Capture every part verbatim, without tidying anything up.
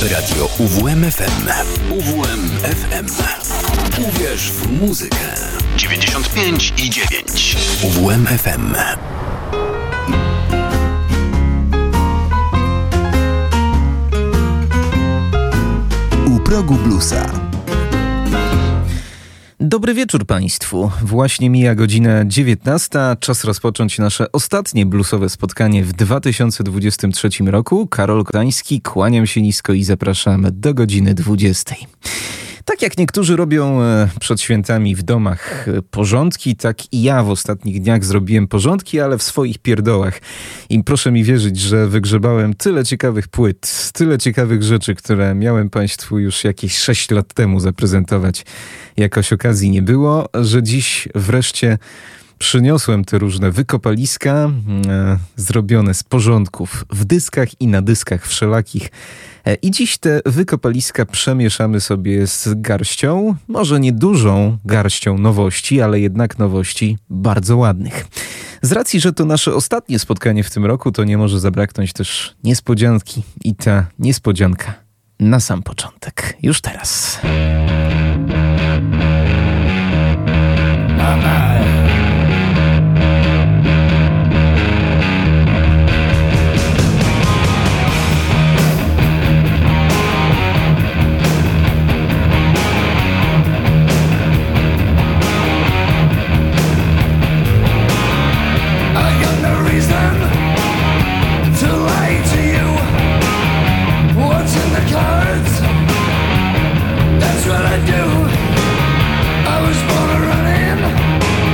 Radio U W M F M. U W M F M. Uwierz w muzykę. dziewięćdziesiąt pięć i dziewięć. U W M F M. U progu bluesa. Dobry wieczór Państwu. Właśnie mija godzina dziewiętnasta. Czas rozpocząć nasze ostatnie bluesowe spotkanie w dwa tysiące dwudziestym trzecim roku. Karol Gdański, kłaniam się nisko i zapraszam do godziny dwudziestej. Tak jak niektórzy robią przed świętami w domach porządki, tak i ja w ostatnich dniach zrobiłem porządki, ale w swoich pierdołach. I proszę mi wierzyć, że wygrzebałem tyle ciekawych płyt, tyle ciekawych rzeczy, które miałem Państwu już jakieś sześć lat temu zaprezentować. Jakoś okazji nie było, że dziś wreszcie przyniosłem te różne wykopaliska e, zrobione z porządków w dyskach i na dyskach wszelakich. E, I dziś te wykopaliska przemieszamy sobie z garścią, może nie dużą garścią nowości, ale jednak nowości bardzo ładnych. Z racji, że to nasze ostatnie spotkanie w tym roku, to nie może zabraknąć też niespodzianki. I ta niespodzianka na sam początek. Już teraz. Mama. That's what I do. I was born a running.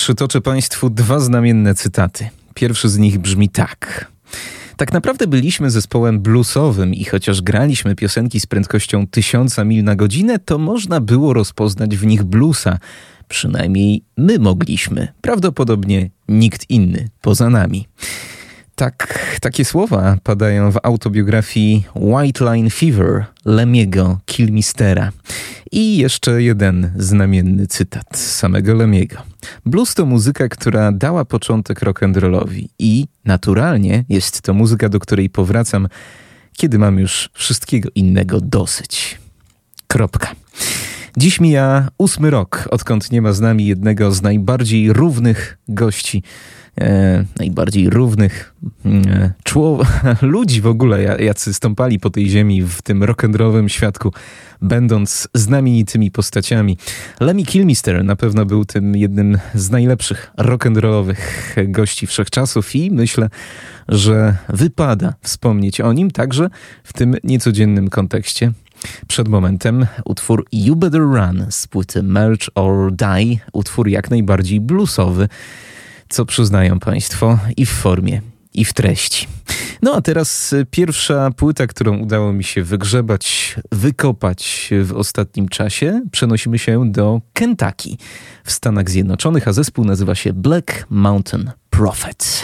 Przytoczę Państwu dwa znamienne cytaty. Pierwszy z nich brzmi tak. Tak naprawdę byliśmy zespołem bluesowym i chociaż graliśmy piosenki z prędkością tysiąca mil na godzinę, to można było rozpoznać w nich bluesa. Przynajmniej my mogliśmy. Prawdopodobnie nikt inny poza nami. Tak, takie słowa padają w autobiografii White Line Fever Lemiego Kilmistera. I jeszcze jeden znamienny cytat samego Lemiego. Blues to muzyka, która dała początek rock'n'rollowi i naturalnie jest to muzyka, do której powracam, kiedy mam już wszystkiego innego dosyć. Kropka. Dziś mija ósmy rok, odkąd nie ma z nami jednego z najbardziej równych gości, e, najbardziej równych e, czło- ludzi w ogóle, jacy stąpali po tej ziemi w tym rock'n'rollowym świadku, będąc znamienitymi postaciami. Lemmy Kilmister na pewno był tym jednym z najlepszych rock'n'rollowych gości wszechczasów i myślę, że wypada wspomnieć o nim także w tym niecodziennym kontekście. Przed momentem utwór You Better Run z płyty Merge or Die, utwór jak najbardziej bluesowy, co przyznają Państwo i w formie, i w treści. No a teraz pierwsza płyta, którą udało mi się wygrzebać, wykopać w ostatnim czasie. Przenosimy się do Kentucky w Stanach Zjednoczonych, a zespół nazywa się Black Mountain Prophet.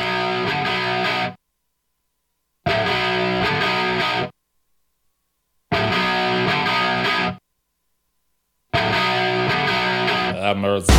Mercy.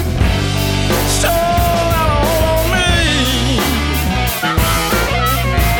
Sure, I don't want me.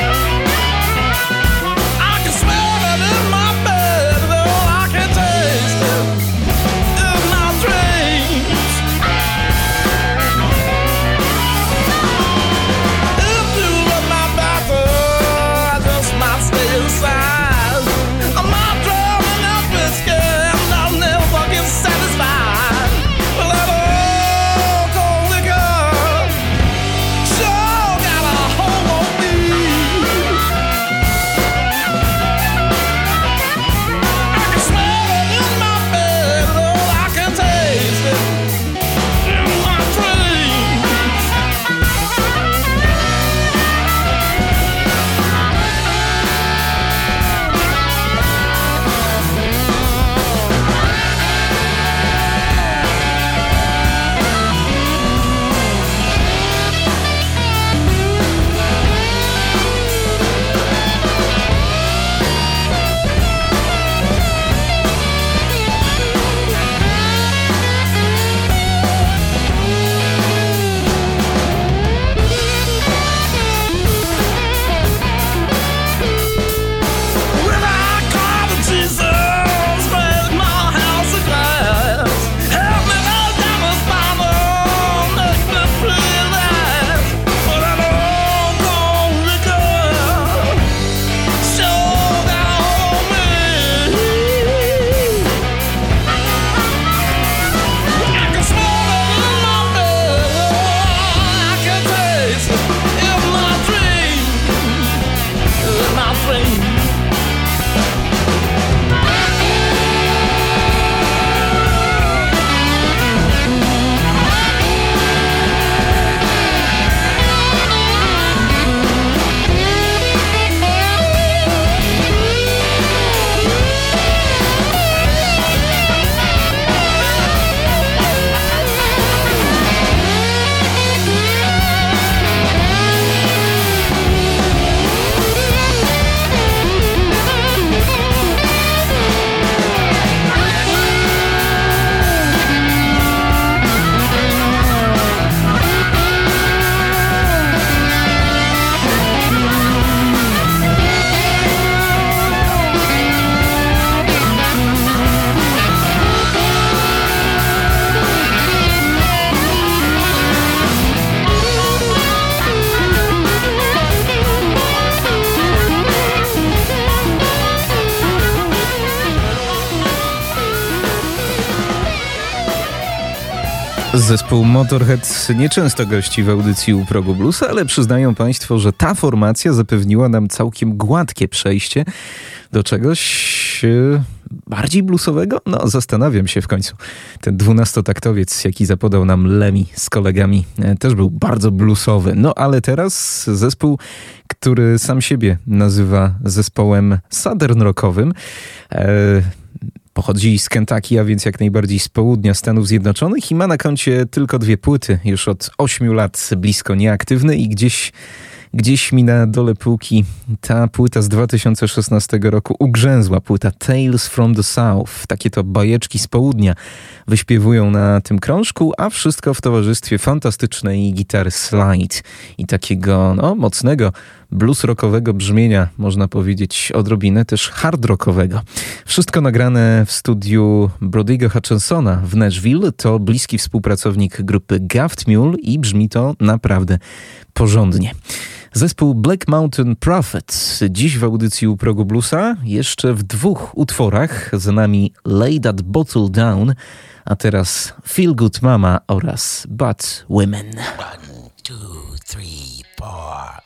Zespół Motorhead nieczęsto gości w audycji U Progu Bluesa, ale przyznają Państwo, że ta formacja zapewniła nam całkiem gładkie przejście do czegoś e, bardziej bluesowego? No, zastanawiam się w końcu. Ten dwunastotaktowiec, jaki zapodał nam Lemmy z kolegami, e, też był bardzo bluesowy. No, ale teraz zespół, który sam siebie nazywa zespołem southern rockowym, e, pochodzi z Kentucky, a więc jak najbardziej z południa Stanów Zjednoczonych i ma na koncie tylko dwie płyty, już od ośmiu lat blisko nieaktywny i gdzieś, gdzieś mi na dole półki ta płyta z dwa tysiące szesnastego roku ugrzęzła, płyta Tales from the South. Takie to bajeczki z południa wyśpiewują na tym krążku, a wszystko w towarzystwie fantastycznej gitary slide i takiego no, mocnego blues rockowego brzmienia, można powiedzieć odrobinę też hard rockowego. Wszystko nagrane w studiu Brody'ego Hutchinsona w Nashville. To bliski współpracownik grupy Gaffed Mule i brzmi to naprawdę porządnie. Zespół Black Mountain Prophet dziś w audycji U Progu Bluesa jeszcze w dwóch utworach. Za nami Lay That Bottle Down, a teraz Feel Good Mama oraz Bad Women. One, two, three, four.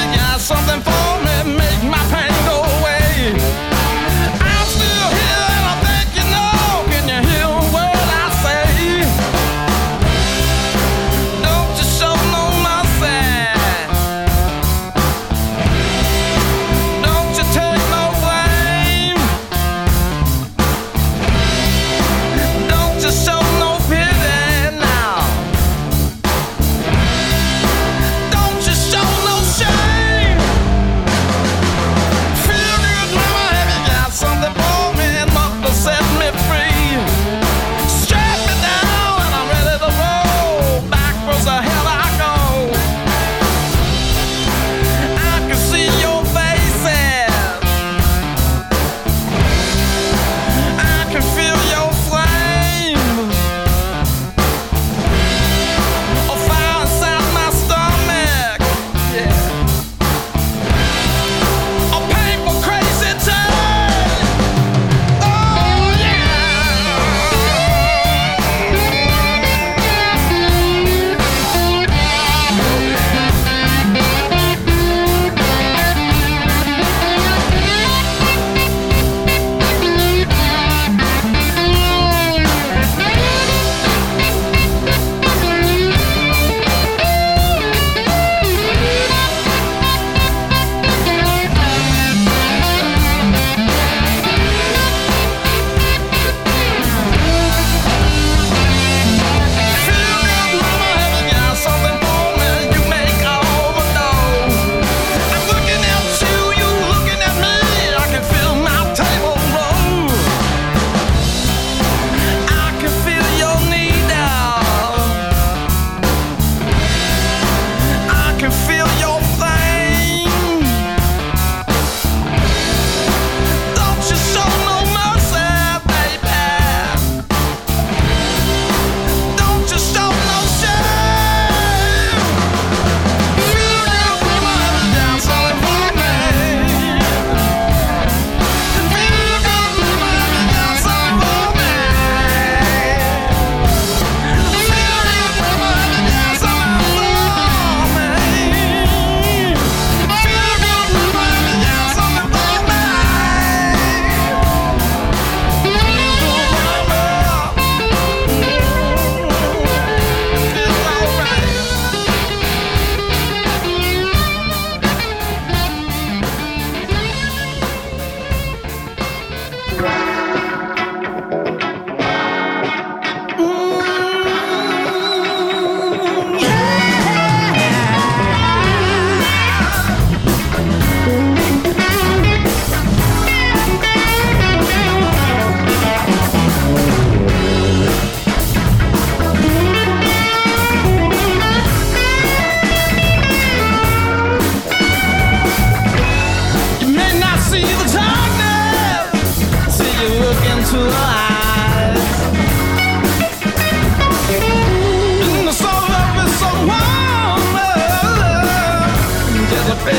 Something for me, make my pain go away. I'm still here and I'm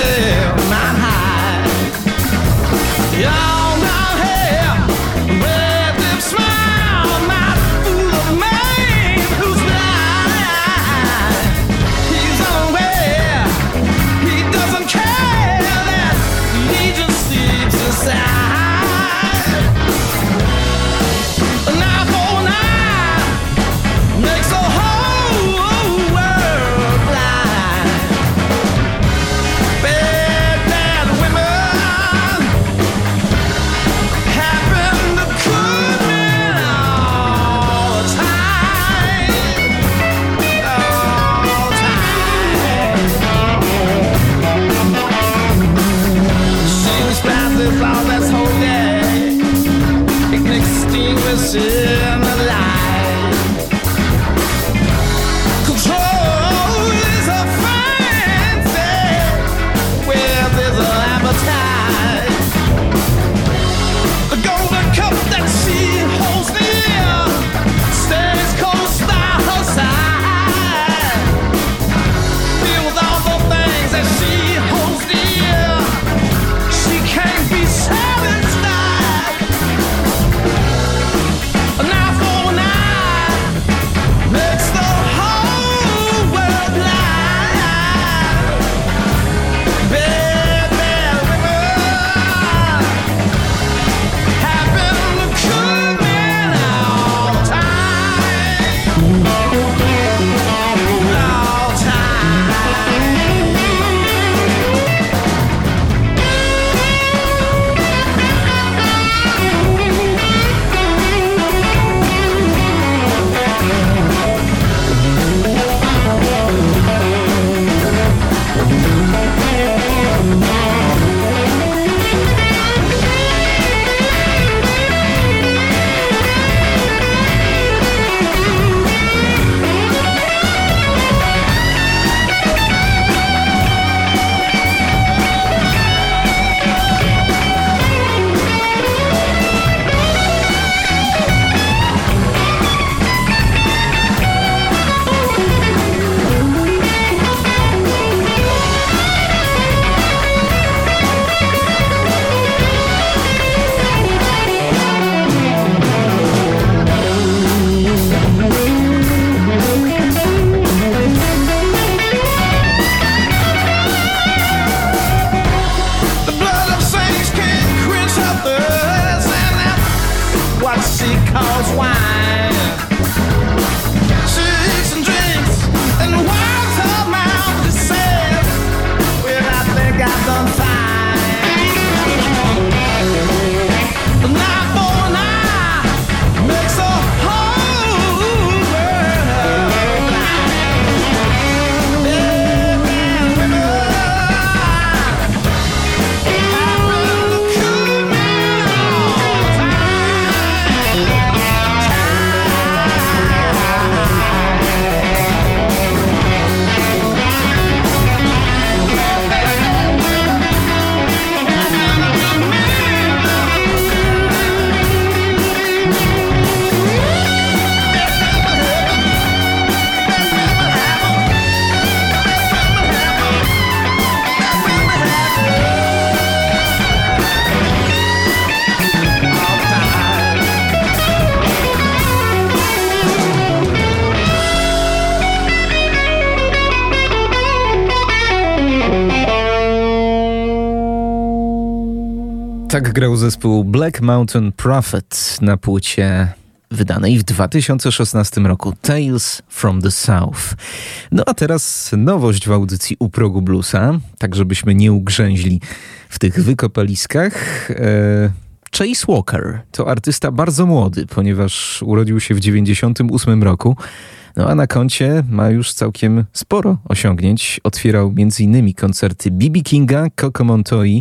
Tak grał zespół Black Mountain Prophet na płycie wydanej w dwa tysiące szesnastym roku Tales from the South. No a teraz nowość w audycji U Progu Bluesa, tak żebyśmy nie ugrzęźli w tych wykopaliskach. E, Chase Walker to artysta bardzo młody, ponieważ urodził się w dziewięćdziesiątym ósmym roku. No a na koncie ma już całkiem sporo osiągnięć. Otwierał między innymi koncerty B B Kinga, Coco Montoya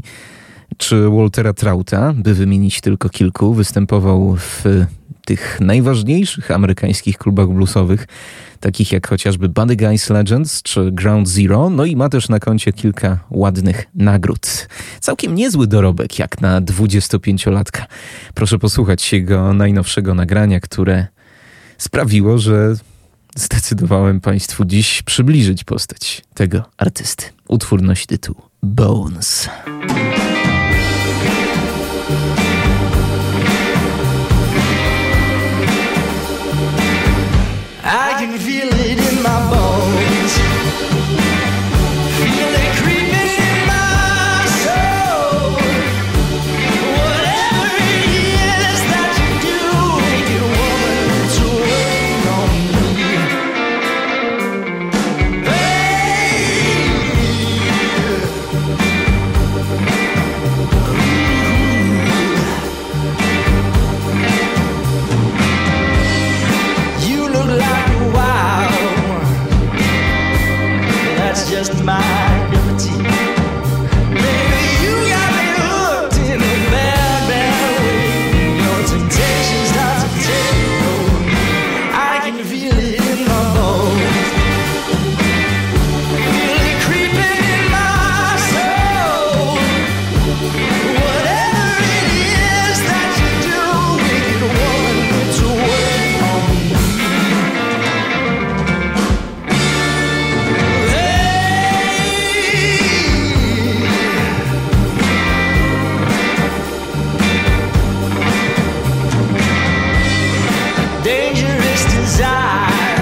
czy Waltera Trouta, by wymienić tylko kilku. Występował w tych najważniejszych amerykańskich klubach bluesowych, takich jak chociażby Buddy Guy's Legends czy Ground Zero, no i ma też na koncie kilka ładnych nagród. Całkiem niezły dorobek jak na dwudziestopięciolatka. Proszę posłuchać jego najnowszego nagrania, które sprawiło, że zdecydowałem Państwu dziś przybliżyć postać tego artysty. Utwór nosi tytuł Bones. I can feel it in my bones. Feel it creeping in my soul. Whatever it is that you do, make it woman to wait on me. Hey, you look like a wild one. That's just my ability. Baby, you got me hooked in a bad, bad way. Your temptation's not to take hold. I can feel it in my bones. Feel it creeping in my soul. Whatever it is that you do, wicked woman, to wait on me. Dangerous desire,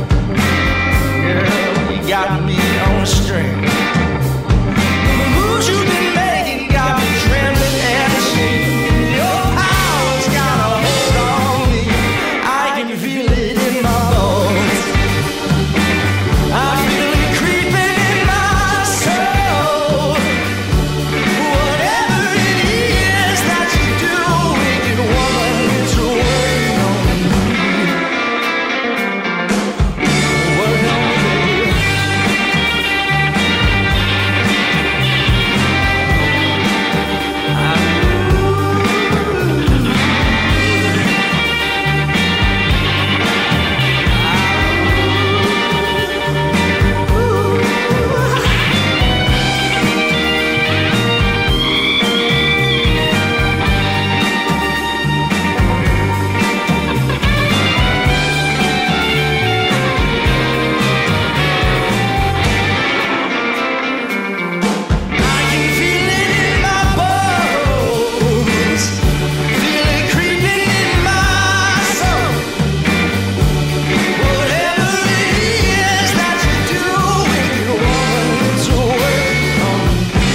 girl, you got me on a string. The moves you've been making got me trembling and shaking. Your power's got a hold on me. I can feel it in my bones. I feel it creeping in my soul. Whatever it is that you do, wicked woman, to wait on me. Wait on me. I can feel it in my bones. Feel it creeping in my soul. Whatever it is that you do, wicked woman, to wait on me.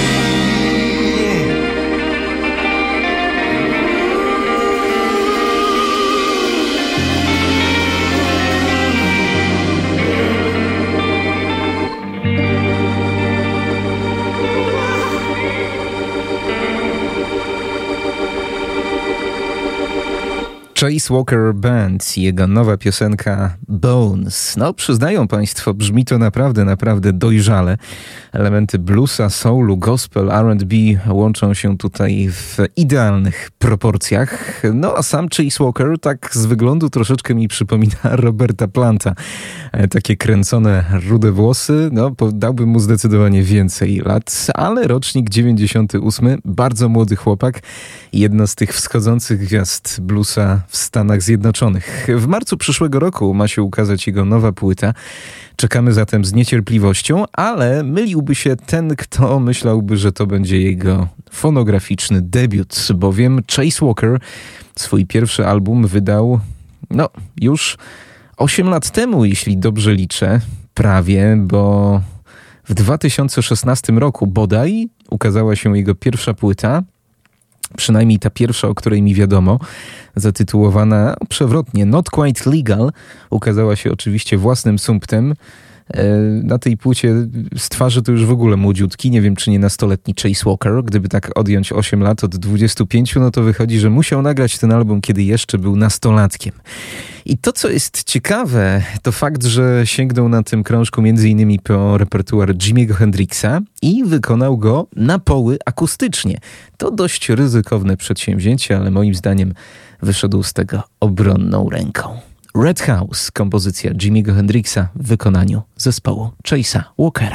Chase Walker Band, jego nowa piosenka Bones. No, przyznają Państwo, brzmi to naprawdę, naprawdę dojrzale. Elementy bluesa, soulu, gospel, R and B łączą się tutaj w idealnych proporcjach. No, a sam Chase Walker tak z wyglądu troszeczkę mi przypomina Roberta Planta. E, Takie kręcone, rude włosy, no, po- dałbym mu zdecydowanie więcej lat, ale rocznik dziewięćdziesiąty ósmy, bardzo młody chłopak, jedna z tych wschodzących gwiazd bluesa w Stanach Zjednoczonych. W marcu przyszłego roku ma się ukazać jego nowa płyta. Czekamy zatem z niecierpliwością, ale myliłby się ten, kto myślałby, że to będzie jego fonograficzny debiut, bowiem Chase Walker swój pierwszy album wydał, no, już osiem lat temu, jeśli dobrze liczę, prawie, bo w dwa tysiące szesnastym roku bodaj ukazała się jego pierwsza płyta, przynajmniej ta pierwsza, o której mi wiadomo, zatytułowana przewrotnie Not Quite Legal, ukazała się oczywiście własnym sumptem. Na tej płycie z twarzy to już w ogóle młodziutki, nie wiem czy nie nastoletni Chase Walker. Gdyby tak odjąć osiem lat od dwudziestu pięciu, no to wychodzi, że musiał nagrać ten album, kiedy jeszcze był nastolatkiem. I to, co jest ciekawe, to fakt, że sięgnął na tym krążku między innymi po repertuar Jimiego Hendrixa i wykonał go na poły akustycznie. To dość ryzykowne przedsięwzięcie, ale moim zdaniem wyszedł z tego obronną ręką. Red House, kompozycja Jimiego Hendrixa w wykonaniu zespołu Chase'a Walkera.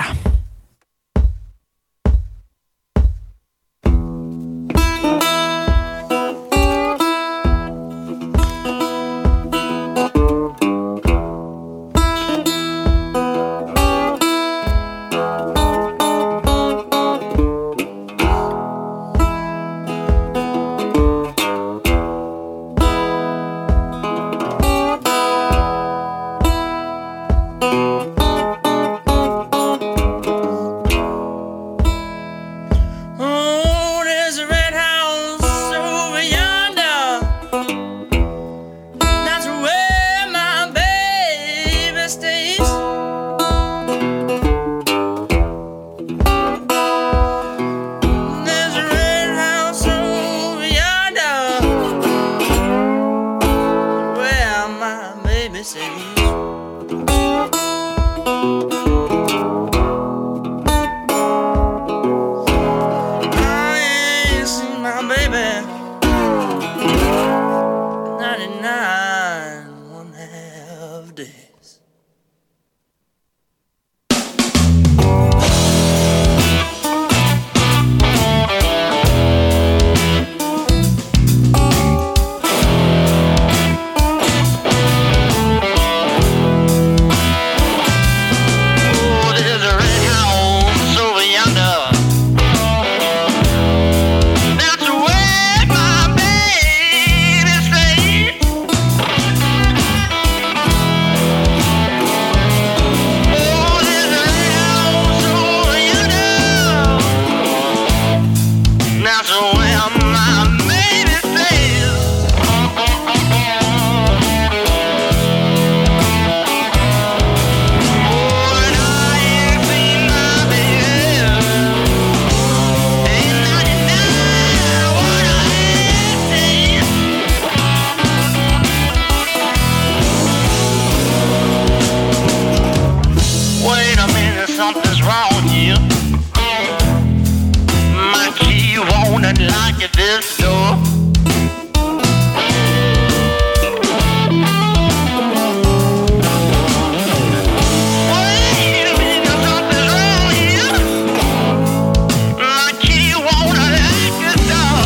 That's where my baby stays. Oh, and I ain't seen my baby. Ain't nothing now what I ain't seen. Wait a minute, something's wrong here. My key won't unlock this door. Wait a minute, something's wrong here. My key won't unlock this door.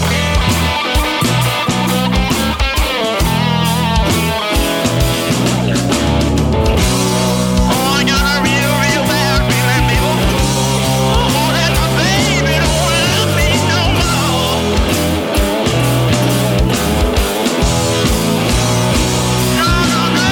Oh, I got a real, real bad feeling, people. Oh, that my baby don't love me no more. No, no, no.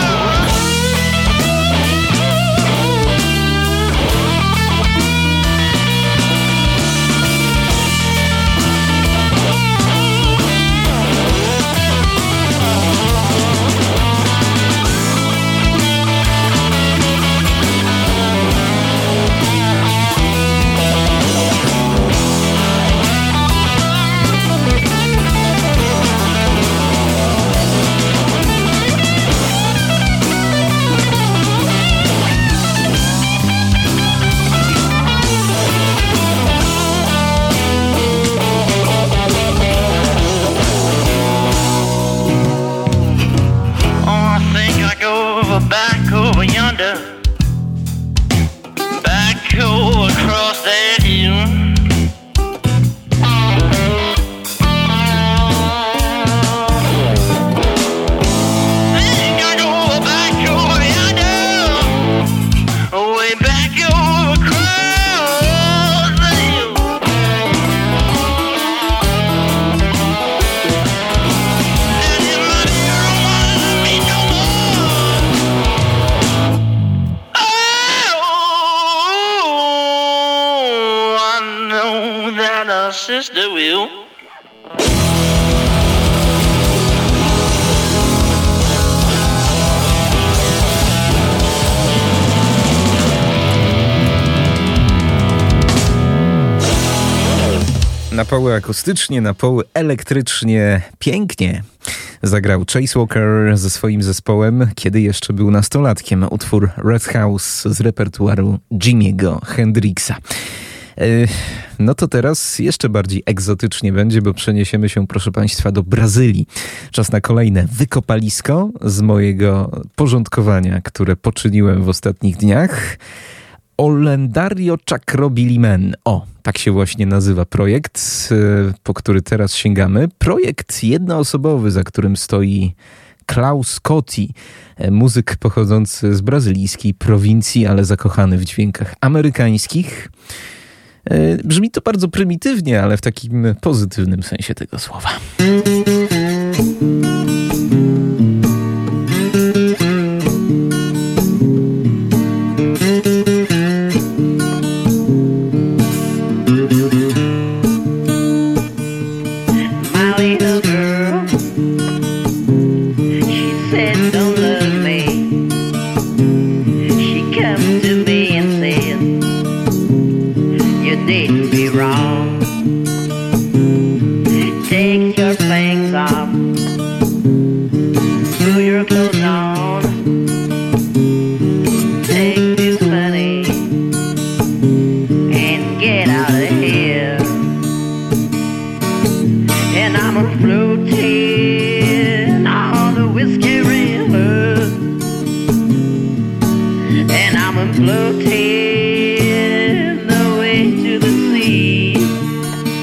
Oh, I think I go over back over yonder, back over across that hill. Think I go over back over yonder, way back over across the hill. And if my dear don't wanna love me no more, oh, I know that a sister will. Na poły akustycznie, na poły elektrycznie, pięknie zagrał Chase Walker ze swoim zespołem, kiedy jeszcze był nastolatkiem. Utwór Red House z repertuaru Jimiego Hendrixa. Yy, no to teraz jeszcze bardziej egzotycznie będzie, bo przeniesiemy się, proszę Państwa, do Brazylii. Czas na kolejne wykopalisko z mojego porządkowania, które poczyniłem w ostatnich dniach. Olendario Chakrobilimen. O, tak się właśnie nazywa projekt, po który teraz sięgamy. Projekt jednoosobowy, za którym stoi Klaus Cotti, muzyk pochodzący z brazylijskiej prowincji, ale zakochany w dźwiękach amerykańskich. Brzmi to bardzo prymitywnie, ale w takim pozytywnym sensie tego słowa. Floating away to the sea.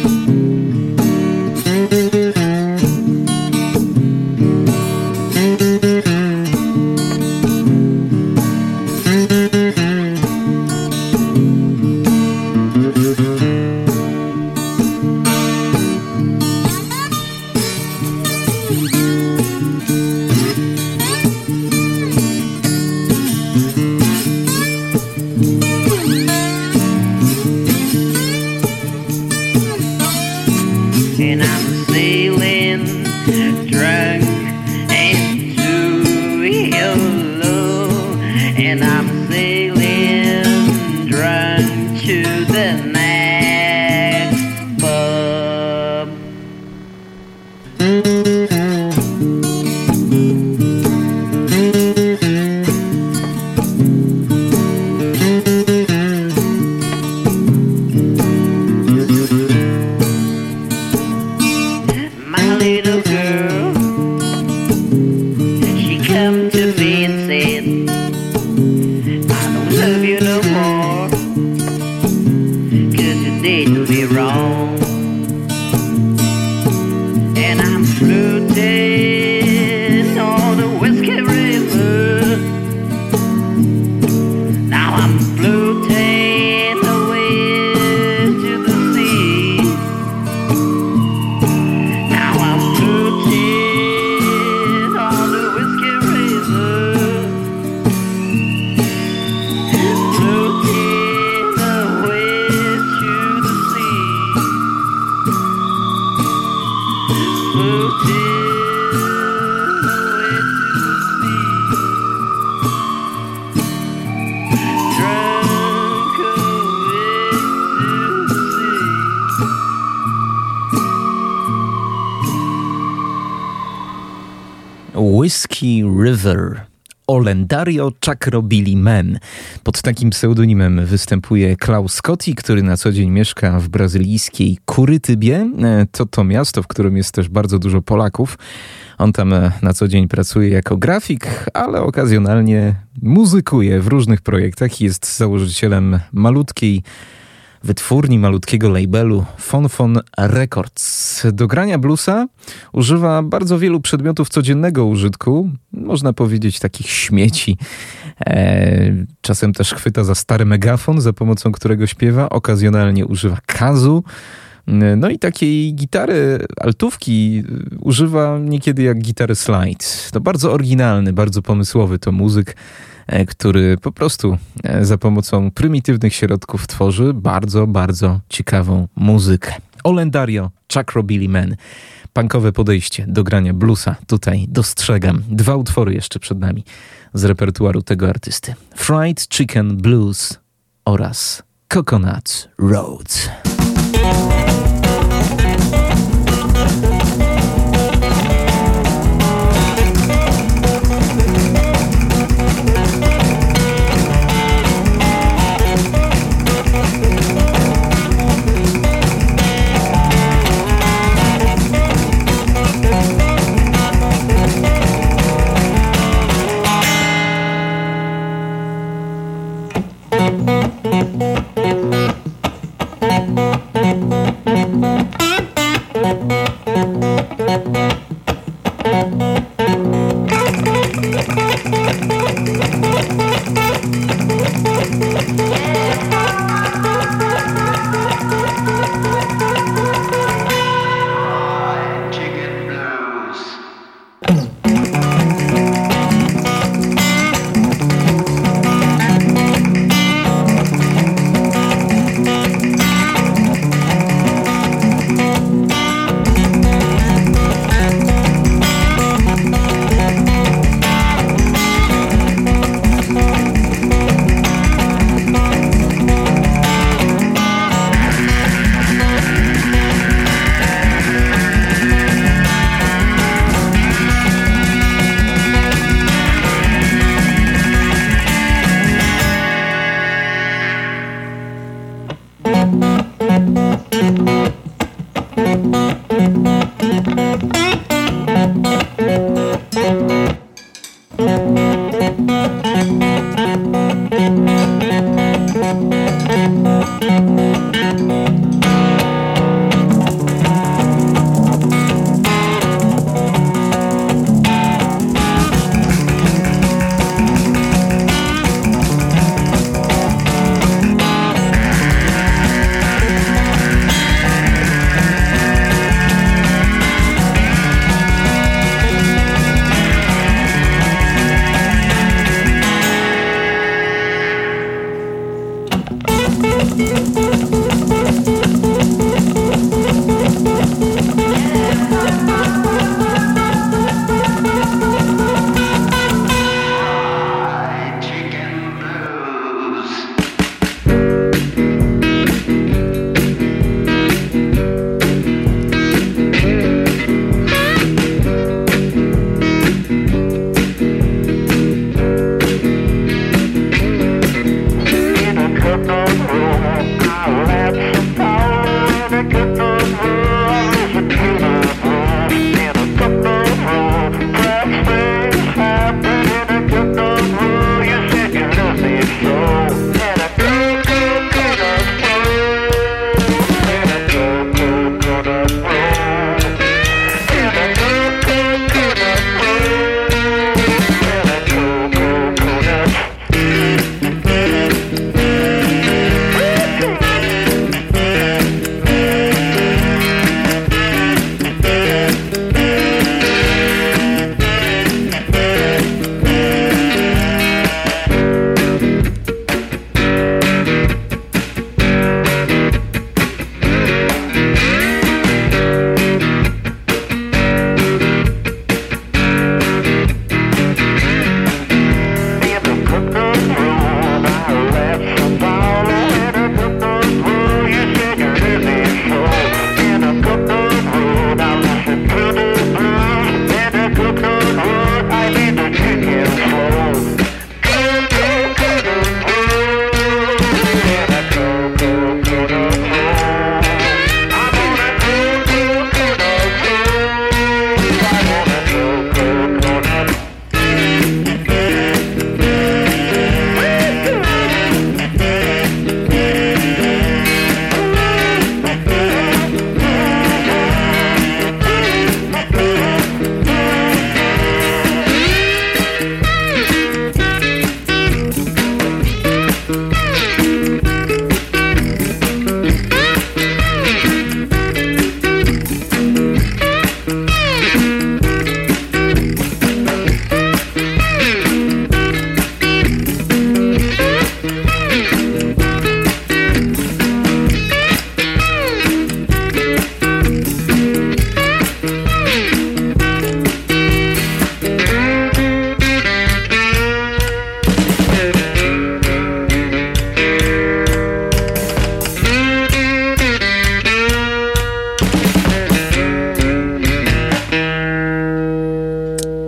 and I'm sailing drunk into yellow, and I'm sailing drunk to the next pub. My little girl, she come to me and said, I don't love you no more, 'cause you did me wrong. And I'm floating on the Whiskey River. Now I'm floating away to the sea. Now I'm floating on the Whiskey River, floating away to the sea, floating away to the sea, drunk away to the sea. Whiskey River. Olendario Chakro Billy Man. Pod takim pseudonimem występuje Klaus Scotti, który na co dzień mieszka w brazylijskiej Kurytybie. To to miasto, w którym jest też bardzo dużo Polaków. On tam na co dzień pracuje jako grafik, ale okazjonalnie muzykuje w różnych projektach i jest założycielem malutkiej wytwórni, malutkiego labelu Fonfon Records. Do grania bluesa używa bardzo wielu przedmiotów codziennego użytku, można powiedzieć takich śmieci. E, czasem też chwyta za stary megafon, za pomocą którego śpiewa, okazjonalnie używa kazu. No i takiej gitary, altówki używa niekiedy jak gitary slide. To bardzo oryginalny, bardzo pomysłowy to muzyk, który po prostu za pomocą prymitywnych środków tworzy bardzo, bardzo ciekawą muzykę. Olendario Chakro Billy Man. Punkowe podejście do grania bluesa tutaj dostrzegam. Dwa utwory jeszcze przed nami z repertuaru tego artysty. Fried Chicken Blues oraz Coconut Road. Thank you.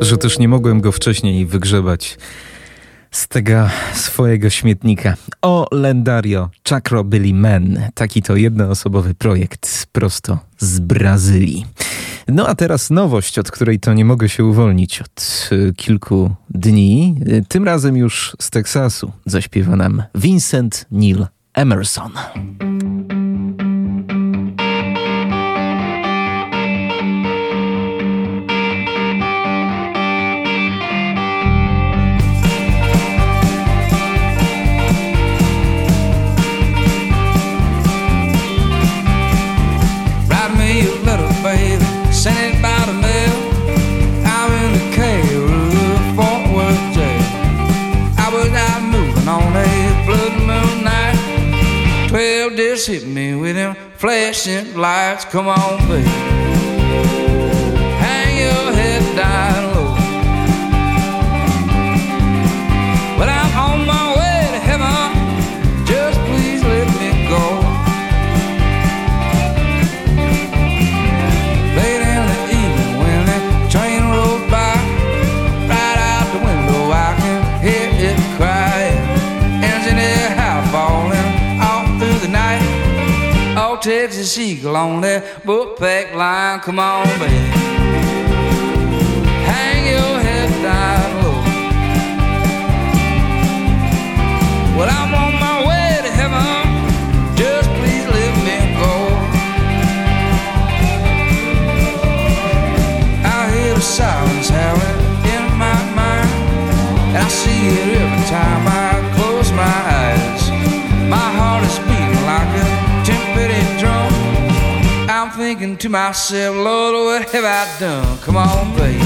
że też nie mogłem go wcześniej wygrzebać z tego swojego śmietnika. O Lendario, Chakro Billy Man. Taki to jednoosobowy projekt prosto z Brazylii. No a teraz nowość, od której to nie mogę się uwolnić od y, kilku dni. Y, tym razem już z Teksasu zaśpiewa nam Vincent Neil Emerson. Sent it by the mail. I'm in the Cairo, Fort Worth jail. I was out moving on a blood moon night. Twelve days hit me with them flashing lights. Come on, baby, hang your head down low. But I'm on my way to heaven. Just please let me go. Texas Eagle on that book-pack line. Come on, baby, hang your head down low. Well, I'm on my way to heaven. Just please let me go. I hear the sirens howling in my mind, and I see it every time I close my eyes. My heart is beating like a drum. I'm thinking to myself, Lord, what have I done? Come on, baby,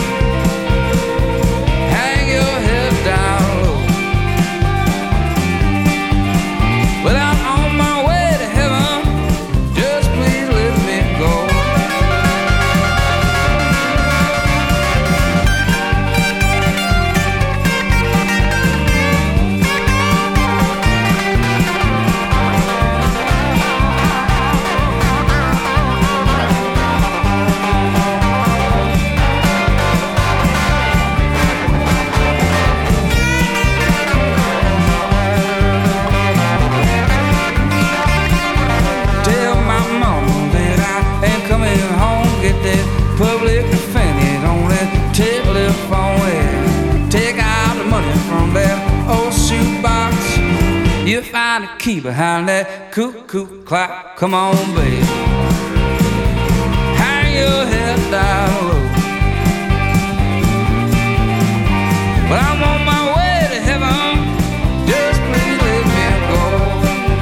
hang your head down low. Well, I'm on my way to heaven. Just please let me go. Public defendant on that telephone and take out the money from that old suit box. You'll find a key behind that cuckoo clock. Come on, baby, hang your head down low. But I'm on my way to heaven. Just please let me go.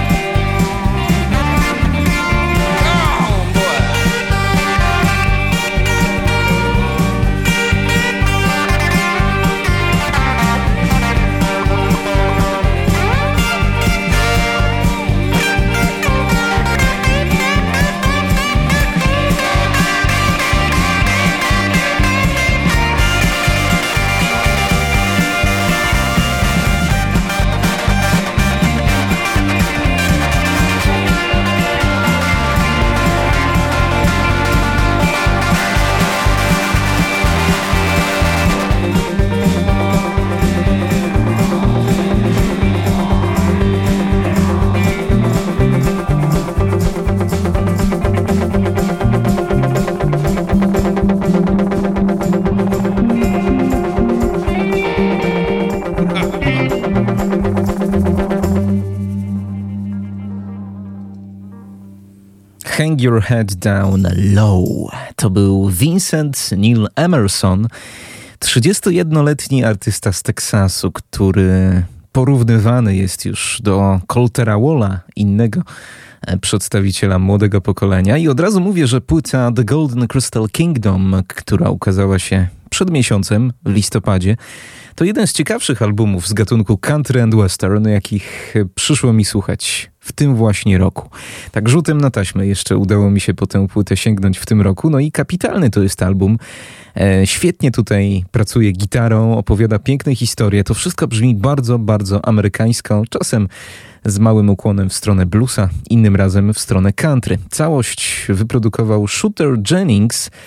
Hang Your Head Down Low. To był Vincent Neil Emerson, trzydziestojednoletni artysta z Teksasu, który porównywany jest już do Coltera Walla, innego przedstawiciela młodego pokolenia. I od razu mówię, że płyta The Golden Crystal Kingdom, która ukazała się przed miesiącem, w listopadzie, to jeden z ciekawszych albumów z gatunku country and western, jakich przyszło mi słuchać w tym właśnie roku. Tak rzutem na taśmę jeszcze udało mi się po tę płytę sięgnąć w tym roku. No i kapitalny to jest album. E, świetnie tutaj pracuje gitarą, opowiada piękne historie. To wszystko brzmi bardzo, bardzo amerykańsko, czasem z małym ukłonem w stronę bluesa, innym razem w stronę country. Całość wyprodukował Shooter Jennings,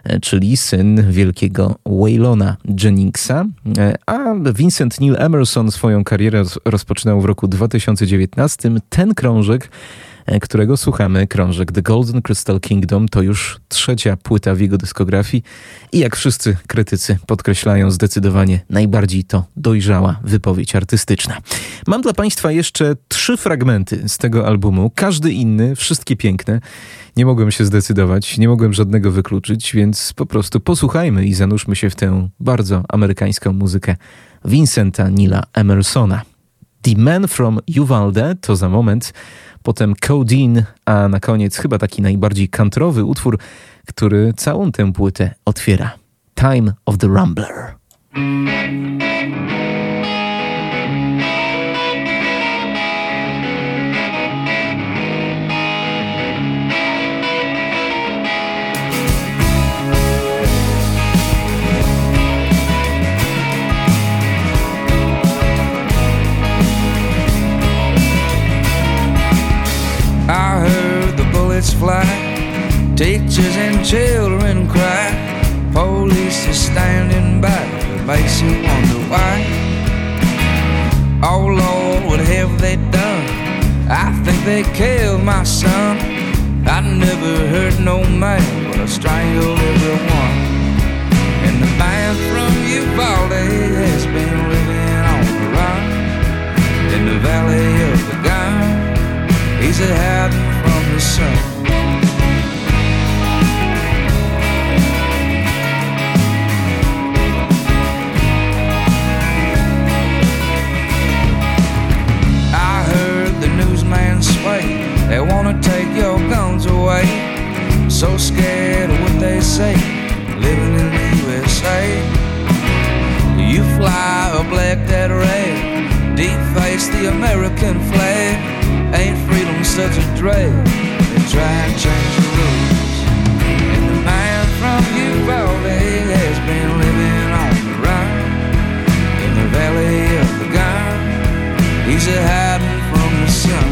czyli syn wielkiego Waylona Jenningsa, a Vincent Neil Emerson swoją karierę rozpoczynał w roku dwa tysiące dziewiętnastym. Ten krążek, którego słuchamy, krążek The Golden Crystal Kingdom, to już trzecia płyta w jego dyskografii i jak wszyscy krytycy podkreślają, zdecydowanie najbardziej to dojrzała wypowiedź artystyczna. Mam dla Państwa jeszcze trzy fragmenty z tego albumu, każdy inny, wszystkie piękne. Nie mogłem się zdecydować, nie mogłem żadnego wykluczyć, więc po prostu posłuchajmy i zanurzmy się w tę bardzo amerykańską muzykę Vincenta Neila Emersona. The Man from Uvalde to za moment, potem Codeine, a na koniec chyba taki najbardziej countrywy utwór, który całą tę płytę otwiera. Time of the Rambler. I heard the bullets fly, teachers and children cry, police is standing by, it makes you wonder why. Oh Lord, what have they done? I think they killed my son. I never heard no man, but I strangled everyone. And the man from Uvalde has been living on the run in the valley of the gun. He's a hiding from the sun. I heard the newsman sway, they wanna take your guns away. So scared of what they say, living in the U S A. You fly a black that red, deface the American flag. Ain't freedom such a drag? They try and change the rules. And the man from Uvalde has been living on the run in the valley of the gun. He's a hiding from the sun.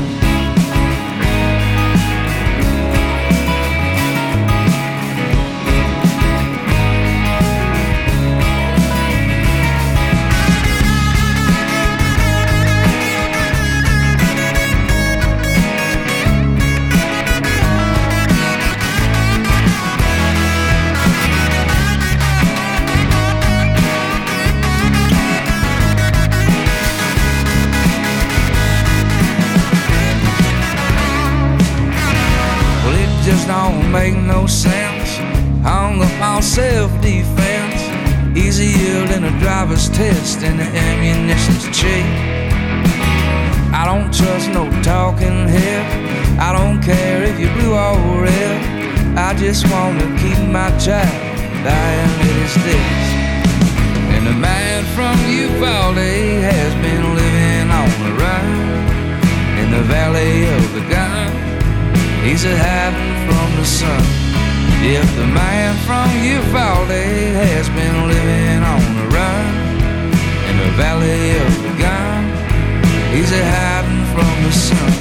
Just don't make no sense. Hung up on self-defense, easier than a driver's test, and the ammunition's cheap. I don't trust no talking head. I don't care if you're blue or red. I just wanna keep my child dying in his steps. And the man from Uvalde has been living on the run in the valley of the gun. He's a hiding from the sun. If the man from Uvalde has been living on the run in the valley of the gun, he's a hiding from the sun.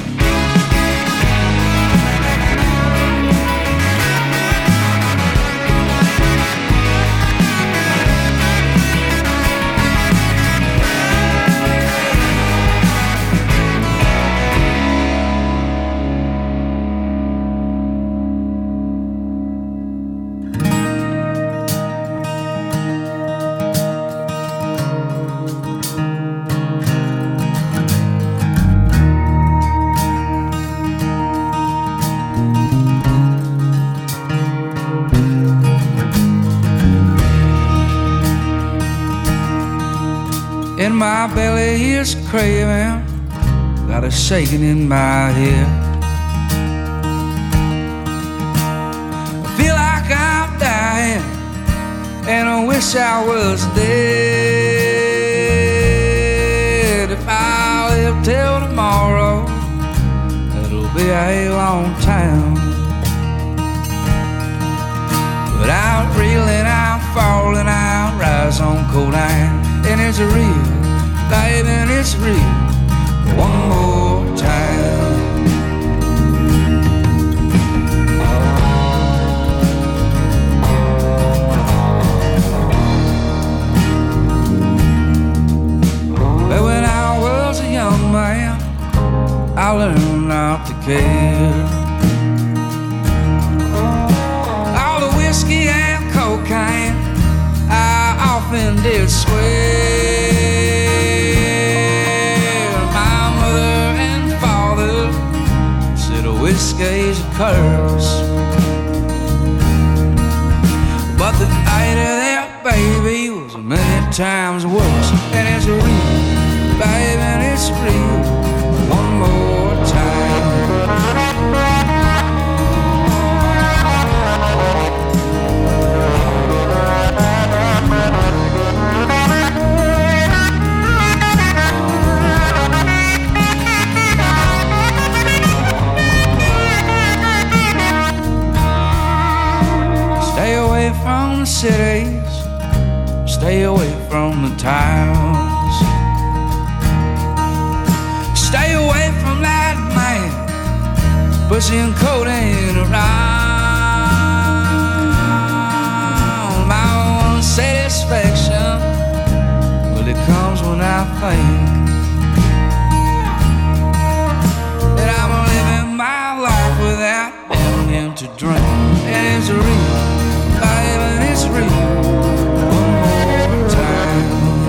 In my belly is craving, got a shaking in my head. I feel like I'm dying, and I wish I was dead. If I live till tomorrow, it'll be a long time. But I'm reeling, I'm falling, I rise on codeine. And it's real, baby, and it's real. One more time. curse. But the night of that baby was a million times worse. And it's real, baby, and it's real. One more time. Stay away from the cities, stay away from the towns. Stay away from that man pushing codeine around. My own satisfaction, well, it comes when I think that I'm living my life without having him to drink. And it's real, baby, it's real. One more time.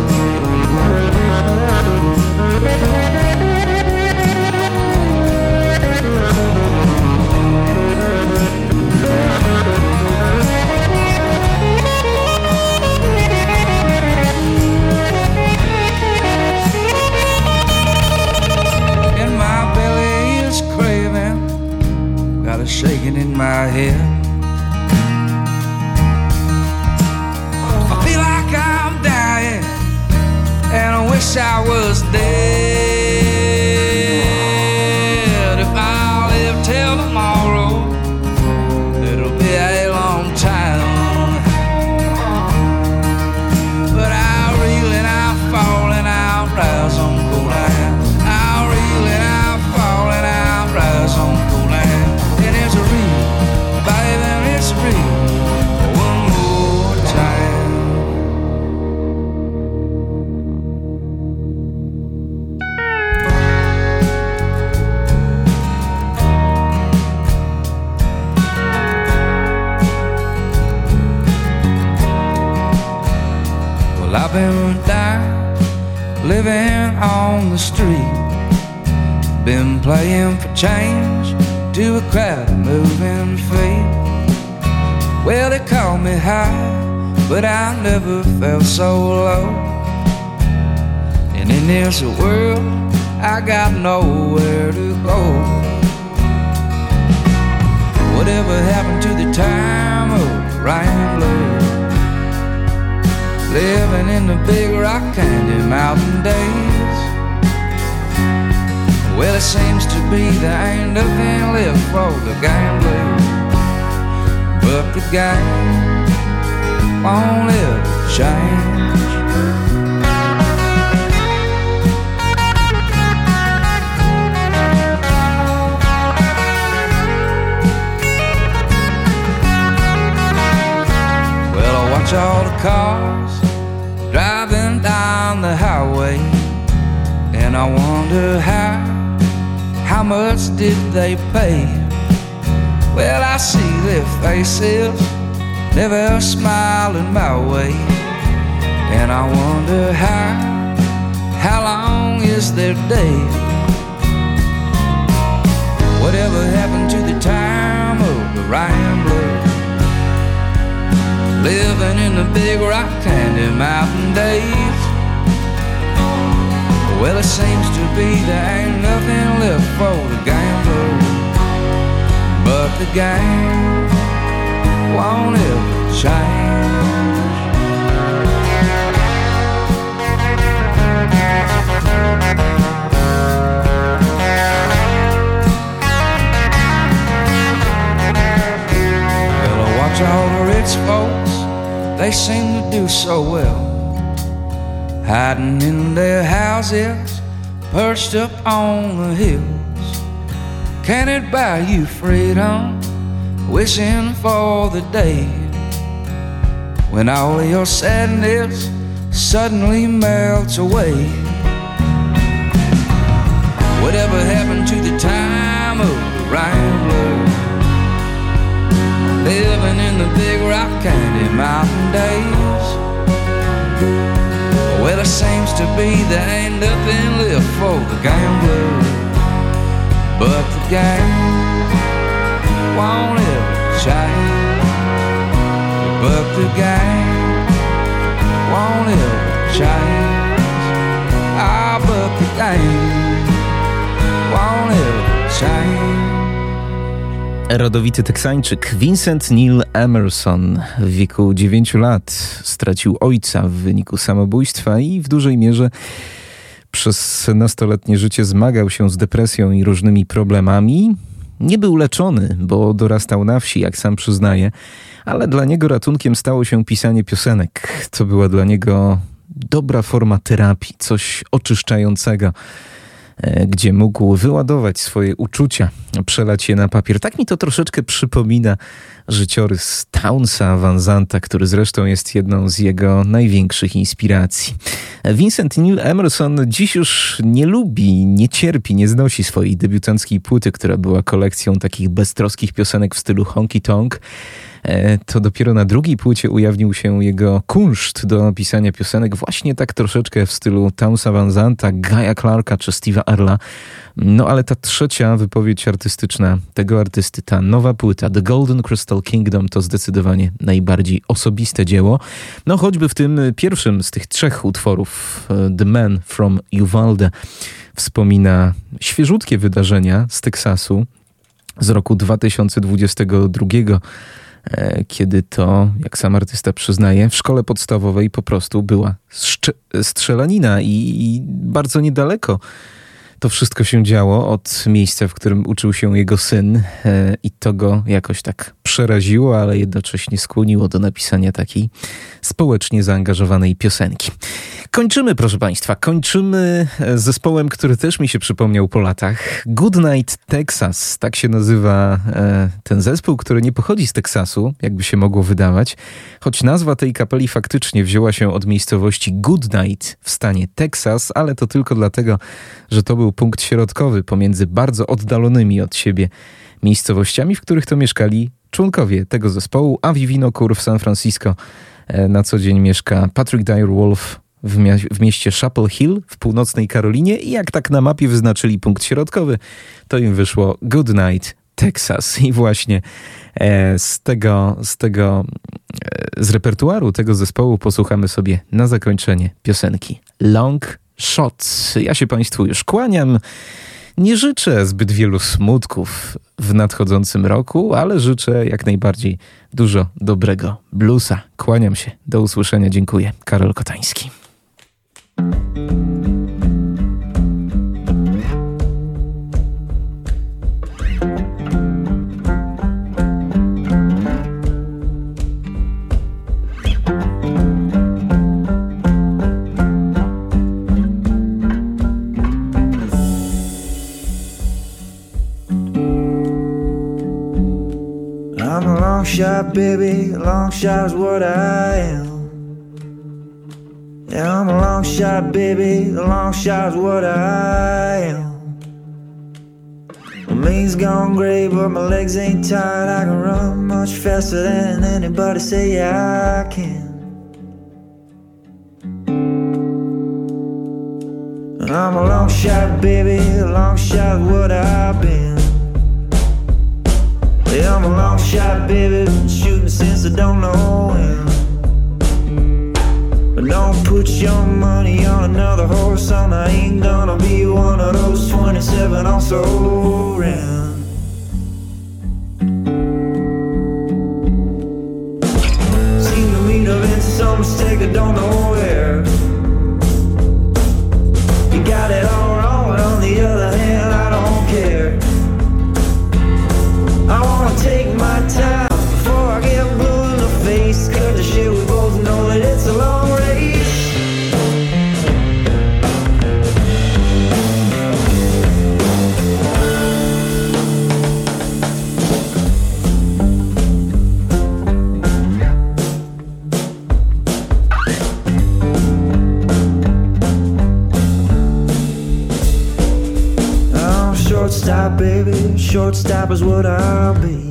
And my belly is craving, got a shaking in my head. And I wish I was dead. If I live till tomorrow, it'll be a long time. But I'll reel and I'll fall and I'll rise on cool land. I'll reel and I'll fall and I'll rise on cool land. And it's real, baby, it's real. One more time. I've been down, living on the street. Been playing for change to a crowd of moving feet. Well, they call me high, but I never felt so low. And in this world, I got nowhere to go. Whatever happened to the time of Rambler? Living in the big rock candy mountain days. Well, it seems to be there ain't nothing left for the gambler, but the game won't ever change. Well, I watch all the cars driving down the highway, and I wonder how, how much did they pay? Well, I see their faces never smiling my way, and I wonder how, how long is their day? Whatever happened to the time of the Rambler? Living in the big rock candy mountain days. Well, it seems to be there ain't nothing left for the gambler, but the game won't ever change. Well, I watch all the rich folks, they seem to do so well, hiding in their houses, perched up on the hills. Can it buy you freedom? Wishing for the day when all of your sadness suddenly melts away. Whatever happened to the time of the Rambler? Living in the big rock candy mountain days. Well, it seems to be there ain't nothing left for the gambler, but the game won't ever change. But the game won't ever change. Ah, but the game won't ever change. Rodowity Teksańczyk Vincent Neil Emerson w wieku dziewięciu lat stracił ojca w wyniku samobójstwa i w dużej mierze przez nastoletnie życie zmagał się z depresją i różnymi problemami. Nie był leczony, bo dorastał na wsi, jak sam przyznaje, ale dla niego ratunkiem stało się pisanie piosenek. To była dla niego dobra forma terapii, coś oczyszczającego, gdzie mógł wyładować swoje uczucia, przelać je na papier. Tak mi to troszeczkę przypomina życiorys Townsa Van Zanta, który zresztą jest jedną z jego największych inspiracji. Vincent Neil Emerson dziś już nie lubi, nie cierpi, nie znosi swojej debiutanckiej płyty, która była kolekcją takich beztroskich piosenek w stylu honky tonk. To dopiero na drugiej płycie ujawnił się jego kunszt do pisania piosenek właśnie tak troszeczkę w stylu Townsa Van Zanta, Guy'a Clarka czy Steve'a Earla. No ale ta trzecia wypowiedź artystyczna tego artysty, ta nowa płyta The Golden Crystal Kingdom to zdecydowanie najbardziej osobiste dzieło. No choćby w tym pierwszym z tych trzech utworów The Man from Uvalde wspomina świeżutkie wydarzenia z Teksasu z roku dwa tysiące dwudziestego drugiego, kiedy to, jak sam artysta przyznaje, w szkole podstawowej po prostu była strzelanina i, i bardzo niedaleko to wszystko się działo od miejsca, w którym uczył się jego syn i to go jakoś tak przeraziło, ale jednocześnie skłoniło do napisania takiej społecznie zaangażowanej piosenki. Kończymy, proszę Państwa, kończymy z zespołem, który też mi się przypomniał po latach. Goodnight Texas, tak się nazywa ten zespół, który nie pochodzi z Teksasu, jakby się mogło wydawać, choć nazwa tej kapeli faktycznie wzięła się od miejscowości Goodnight w stanie Teksas, ale to tylko dlatego, że to był punkt środkowy pomiędzy bardzo oddalonymi od siebie miejscowościami, w których to mieszkali członkowie tego zespołu, a w Winokur w San Francisco na co dzień mieszka Patrick Dyer-Wolf w, mia- w mieście Chapel Hill w północnej Karolinie i jak tak na mapie wyznaczyli punkt środkowy, to im wyszło Goodnight Texas. I właśnie e, z tego, z tego e, z repertuaru tego zespołu posłuchamy sobie na zakończenie piosenki Long Shots. Ja się Państwu już kłaniam. Nie życzę zbyt wielu smutków w nadchodzącym roku, ale życzę jak najbardziej dużo dobrego bluesa. Kłaniam się. Do usłyszenia. Dziękuję. Karol Kotański. I'm a long shot, baby, long shot's what I am. Yeah, I'm a long shot, baby, long shot's what I am. My main's gone gray, but my legs ain't tired. I can run much faster than anybody say I can. And I'm a long shot, baby, long shot's what I've been. Yeah, I'm a long shot, baby, been shooting since I don't know when. But don't put your money on another horse, and I ain't gonna be one of those twenty-seven also ran. Seem to meet up in some mistake, I don't know where. You got it all wrong, but on the other hand, I don't care. I wanna take my time before I get blue in the face, cause the shit we both know that it's a long race. I'm shortstop, baby, shortstop is what I'll be.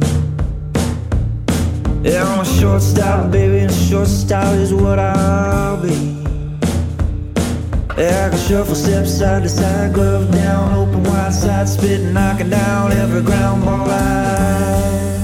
Yeah, I'm a shortstop, baby, and shortstop is what I'll be. Yeah, I can shuffle steps side to side, glove down, open wide side, spit, knocking down every ground ball I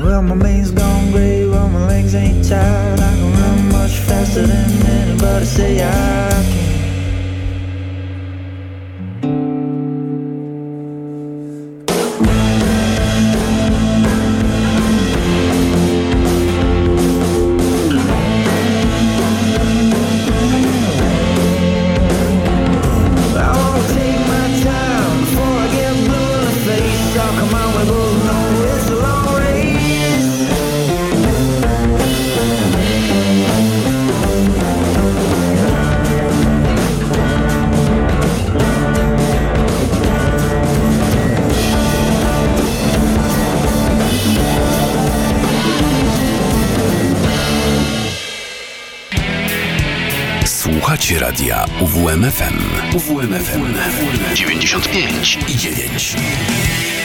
Well, my main's gone gray, well, my legs ain't tired. I can run much faster than anybody say I can. Słuchacie radia U W M F M. U W M F M dziewięćdziesiąt pięć i dziewięć.